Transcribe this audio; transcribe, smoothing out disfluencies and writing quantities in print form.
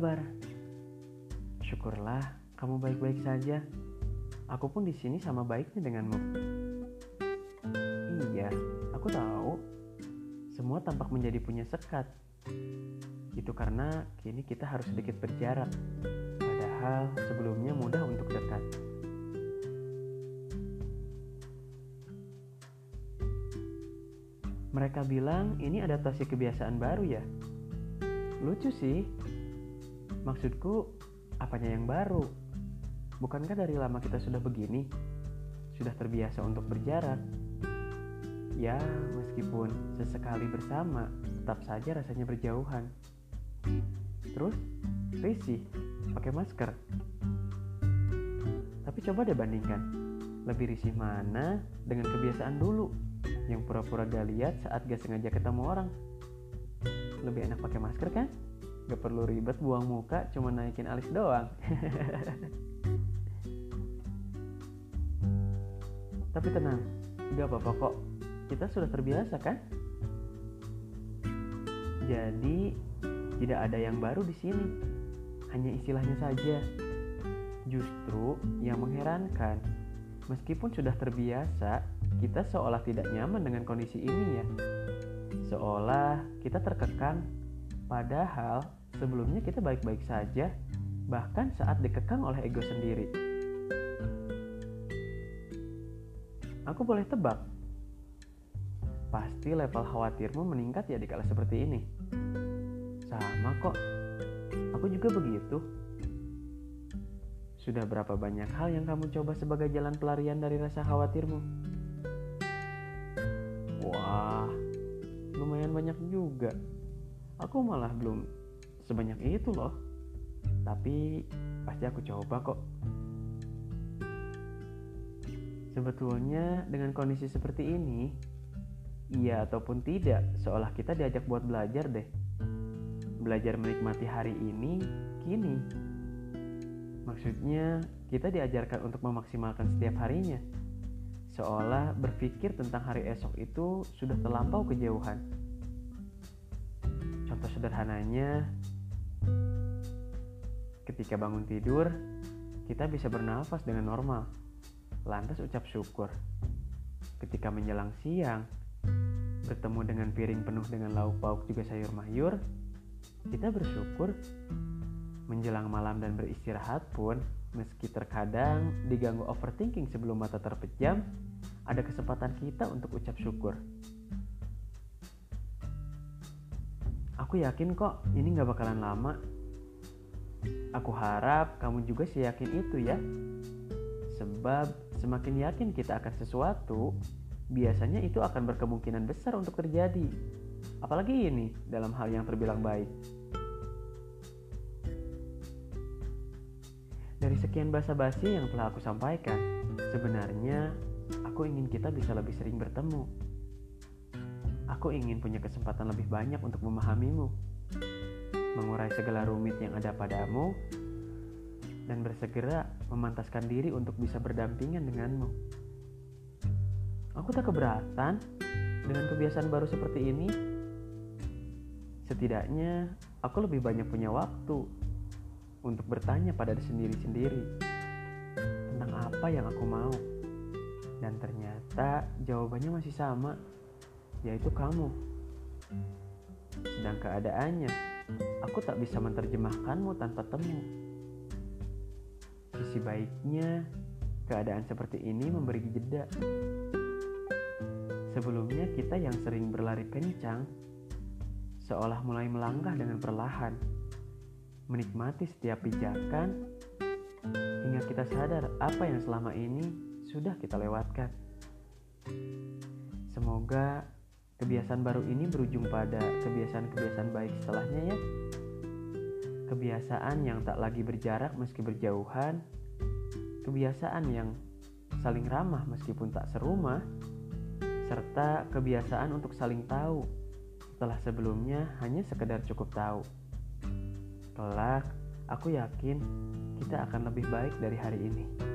kabar? Syukurlah kamu baik-baik saja. Aku pun di sini sama baiknya denganmu. Iya, aku tahu. Semua tampak menjadi punya sekat. Itu karena kini kita harus sedikit berjarak. Padahal sebelumnya mudah untuk dekat. Mereka bilang ini adaptasi kebiasaan baru ya. Lucu sih. Maksudku, apanya yang baru? Bukankah dari lama kita sudah begini? Sudah terbiasa untuk berjarak. Ya, meskipun sesekali bersama, tetap saja rasanya berjauhan. Terus, risih, pakai masker. Tapi coba deh bandingkan, lebih risih mana dengan kebiasaan dulu yang pura-pura gak lihat saat gak sengaja ketemu orang. Lebih enak pakai masker kan? Gak perlu ribet buang muka, cuma naikin alis doang. Tapi tenang, gak apa-apa kok. Kita sudah terbiasa kan? Jadi, tidak ada yang baru di sini. Hanya istilahnya saja. Justru yang mengherankan, meskipun sudah terbiasa, kita seolah tidak nyaman dengan kondisi ini ya. Seolah kita terkekang, padahal sebelumnya kita baik-baik saja, bahkan saat dikekang oleh ego sendiri. Aku boleh tebak, pasti level khawatirmu meningkat ya di kala seperti ini. Sama kok, aku juga begitu. Sudah berapa banyak hal yang kamu coba sebagai jalan pelarian dari rasa khawatirmu? Wah, lumayan banyak juga. Aku malah belum sebanyak itu loh. Tapi pasti aku coba kok. Sebetulnya dengan kondisi seperti ini, iya ataupun tidak, seolah kita diajak buat belajar deh. Belajar menikmati hari ini, kini. Maksudnya kita diajarkan untuk memaksimalkan setiap harinya. Seolah berpikir tentang hari esok itu sudah terlampau kejauhan. Contoh sederhananya, ketika bangun tidur, kita bisa bernafas dengan normal, lantas ucap syukur. Ketika menjelang siang, bertemu dengan piring penuh dengan lauk pauk juga sayur mayur, kita bersyukur. Menjelang malam dan beristirahat pun, meski terkadang diganggu overthinking sebelum mata terpejam, ada kesempatan kita untuk ucap syukur. Aku yakin kok ini gak bakalan lama. Aku harap kamu juga seyakin itu ya. Sebab semakin yakin kita akan sesuatu, biasanya itu akan berkemungkinan besar untuk terjadi. Apalagi ini dalam hal yang terbilang baik. Dari sekian basa-basi yang telah aku sampaikan, sebenarnya aku ingin kita bisa lebih sering bertemu. Aku ingin punya kesempatan lebih banyak untuk memahamimu, mengurai segala rumit yang ada padamu, dan bersegera memantaskan diri untuk bisa berdampingan denganmu. Aku tak keberatan dengan kebiasaan baru seperti ini. Setidaknya aku lebih banyak punya waktu untuk bertanya pada diri sendiri tentang apa yang aku mau. Dan ternyata jawabannya masih sama, yaitu kamu. Sedang keadaannya, aku tak bisa menerjemahkanmu tanpa temu. Sisi baiknya, keadaan seperti ini memberi jeda. Sebelumnya kita yang sering berlari kencang, seolah mulai melangkah dengan perlahan, menikmati setiap pijakan, hingga kita sadar apa yang selama ini sudah kita lewatkan. Semoga kebiasaan baru ini berujung pada kebiasaan-kebiasaan baik setelahnya ya. Kebiasaan yang tak lagi berjarak meski berjauhan, kebiasaan yang saling ramah meskipun tak serumah, serta kebiasaan untuk saling tahu setelah sebelumnya hanya sekedar cukup tahu. Kelak, aku yakin kita akan lebih baik dari hari ini.